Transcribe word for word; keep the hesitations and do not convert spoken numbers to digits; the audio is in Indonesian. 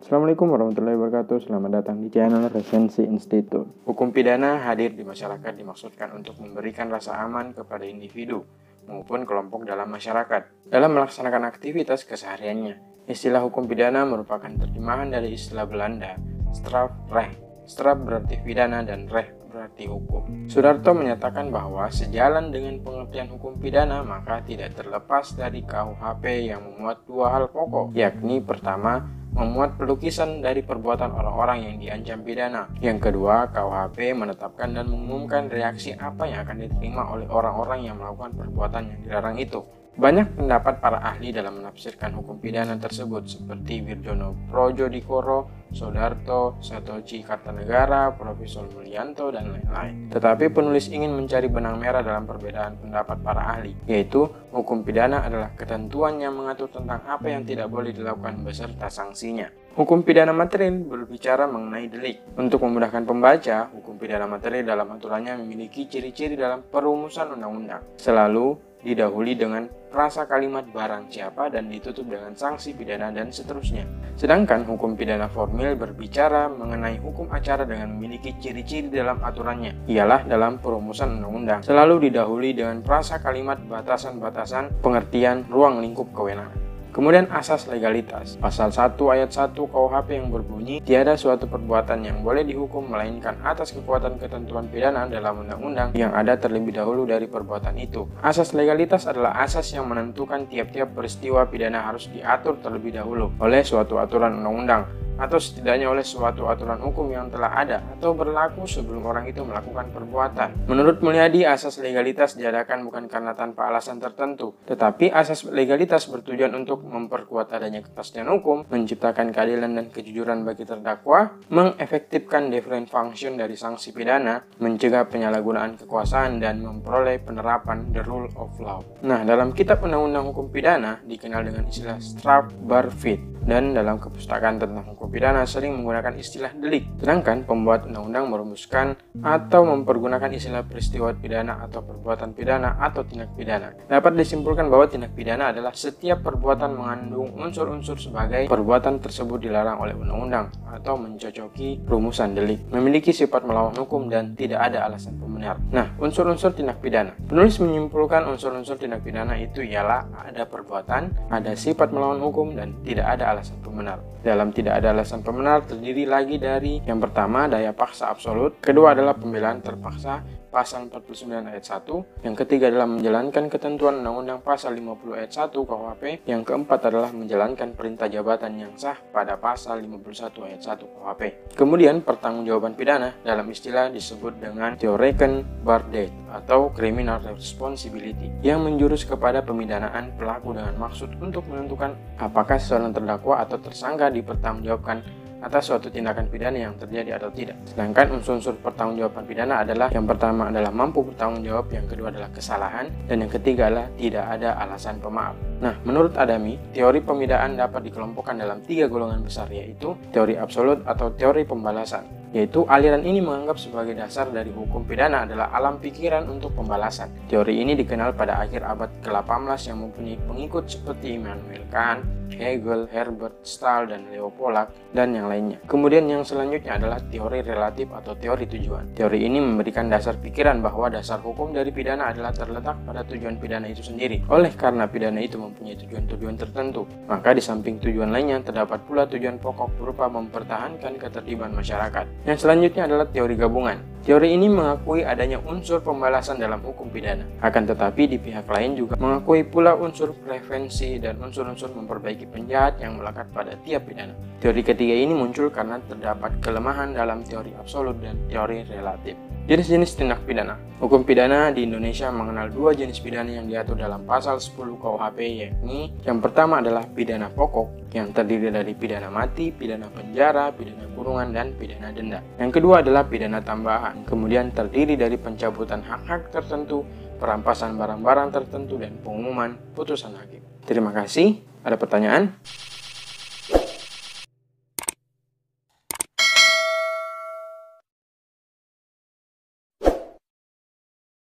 Assalamualaikum warahmatullahi wabarakatuh. Selamat datang di channel Resensi Institute. Hukum pidana hadir di masyarakat dimaksudkan untuk memberikan rasa aman kepada individu maupun kelompok dalam masyarakat dalam melaksanakan aktivitas kesehariannya. Istilah hukum pidana merupakan terjemahan dari istilah Belanda strafrecht. Straf berarti pidana dan recht berarti hukum. Sudarto menyatakan bahwa sejalan dengan pengertian hukum pidana maka tidak terlepas dari K U H P yang memuat dua hal pokok, yakni pertama, memuat pelukisan dari perbuatan orang-orang yang diancam pidana. Yang kedua, K U H P menetapkan dan mengumumkan reaksi apa yang akan diterima oleh orang-orang yang melakukan perbuatan yang dilarang itu. Banyak pendapat para ahli dalam menafsirkan hukum pidana tersebut seperti Wirjono Prodjodikoro, Sudarto, Satoji Kartanegara, Profesor Mulyanto, dan lain-lain. Tetapi penulis ingin mencari benang merah dalam perbedaan pendapat para ahli, yaitu hukum pidana adalah ketentuan yang mengatur tentang apa yang tidak boleh dilakukan beserta sanksinya. Hukum pidana material berbicara mengenai delik. Untuk memudahkan pembaca, hukum pidana material dalam aturannya memiliki ciri-ciri dalam perumusan undang-undang. Selalu didahului dengan frasa kalimat barang siapa dan ditutup dengan sanksi pidana dan seterusnya. Sedangkan hukum pidana formil berbicara mengenai hukum acara dengan memiliki ciri-ciri dalam aturannya, ialah dalam perumusan undang-undang. Selalu didahului dengan frasa kalimat batasan-batasan pengertian ruang lingkup kewenangan. Kemudian asas legalitas. Pasal satu ayat satu K U H P yang berbunyi, tiada suatu perbuatan yang boleh dihukum melainkan atas kekuatan ketentuan pidana dalam undang-undang yang ada terlebih dahulu dari perbuatan itu. Asas legalitas adalah asas yang menentukan tiap-tiap peristiwa pidana harus diatur terlebih dahulu oleh suatu aturan undang-undang, atau setidaknya oleh suatu aturan hukum yang telah ada atau berlaku sebelum orang itu melakukan perbuatan. Menurut Mulyadi, asas legalitas diadakan bukan karena tanpa alasan tertentu, tetapi asas legalitas bertujuan untuk memperkuat adanya kepastian hukum, menciptakan keadilan dan kejujuran bagi terdakwa, mengefektifkan deferent function dari sanksi pidana, mencegah penyalahgunaan kekuasaan, dan memperoleh penerapan the rule of law. Nah, dalam kitab undang-undang hukum pidana dikenal dengan istilah Strafbarfit, dan dalam kepustakaan tentang hukum pidana sering menggunakan istilah delik. Sedangkan pembuat undang-undang merumuskan atau mempergunakan istilah peristiwa pidana atau perbuatan pidana atau tindak pidana. Dapat disimpulkan bahwa tindak pidana adalah setiap perbuatan mengandung unsur-unsur sebagai perbuatan tersebut dilarang oleh undang-undang atau mencocoki rumusan delik, memiliki sifat melawan hukum dan tidak ada alasan pembenar. Nah, unsur-unsur tindak pidana. Penulis menyimpulkan unsur-unsur tindak pidana itu ialah ada perbuatan, ada sifat melawan hukum, dan tidak ada alasan pembenar. Dalam tidak ada alasan pembenar terdiri lagi dari yang pertama daya paksa absolut, kedua adalah pembelaan terpaksa pasal empat puluh sembilan ayat satu, yang ketiga adalah menjalankan ketentuan undang-undang pasal lima puluh ayat satu K U H P, yang keempat adalah menjalankan perintah jabatan yang sah pada pasal lima puluh satu ayat satu K U H P. Kemudian pertanggungjawaban pidana dalam istilah disebut dengan theoretical verdict atau criminal responsibility, yang menjurus kepada pemidanaan pelaku dengan maksud untuk menentukan apakah seseorang terdakwa atau tersangka dipertanggungjawabkan atas suatu tindakan pidana yang terjadi atau tidak. Sedangkan unsur-unsur pertanggungjawaban pidana adalah yang pertama adalah mampu bertanggung jawab, yang kedua adalah kesalahan, dan yang ketiga adalah tidak ada alasan pemaaf. Nah, menurut Adami, teori pemidaan dapat dikelompokkan dalam tiga golongan besar, yaitu teori absolut atau teori pembalasan, yaitu aliran ini menganggap sebagai dasar dari hukum pidana adalah alam pikiran untuk pembalasan. Teori ini dikenal pada akhir abad ke delapan belas yang mempunyai pengikut seperti Immanuel Kant, Hegel, Herbert Stahl, dan Leo Polak, dan yang lainnya. Kemudian yang selanjutnya adalah teori relatif atau teori tujuan. Teori ini memberikan dasar pikiran bahwa dasar hukum dari pidana adalah terletak pada tujuan pidana itu sendiri. Oleh karena pidana itu mempunyai tujuan-tujuan tertentu, maka di samping tujuan lainnya terdapat pula tujuan pokok berupa mempertahankan ketertiban masyarakat. Yang selanjutnya adalah teori gabungan. Teori ini mengakui adanya unsur pembalasan dalam hukum pidana. Akan tetapi di pihak lain juga mengakui pula unsur prevensi dan unsur-unsur memperbaiki penjahat yang melekat pada tiap pidana. Teori ketiga ini muncul karena terdapat kelemahan dalam teori absolut dan teori relatif. Jenis-jenis tindak pidana. Hukum pidana di Indonesia mengenal dua jenis pidana yang diatur dalam pasal sepuluh K U H P, yakni yang pertama adalah pidana pokok yang terdiri dari pidana mati, pidana penjara, pidana kurungan, dan pidana denda. Yang kedua adalah pidana tambahan, kemudian terdiri dari pencabutan hak-hak tertentu, perampasan barang-barang tertentu, dan pengumuman putusan hakim. Terima kasih. Ada pertanyaan?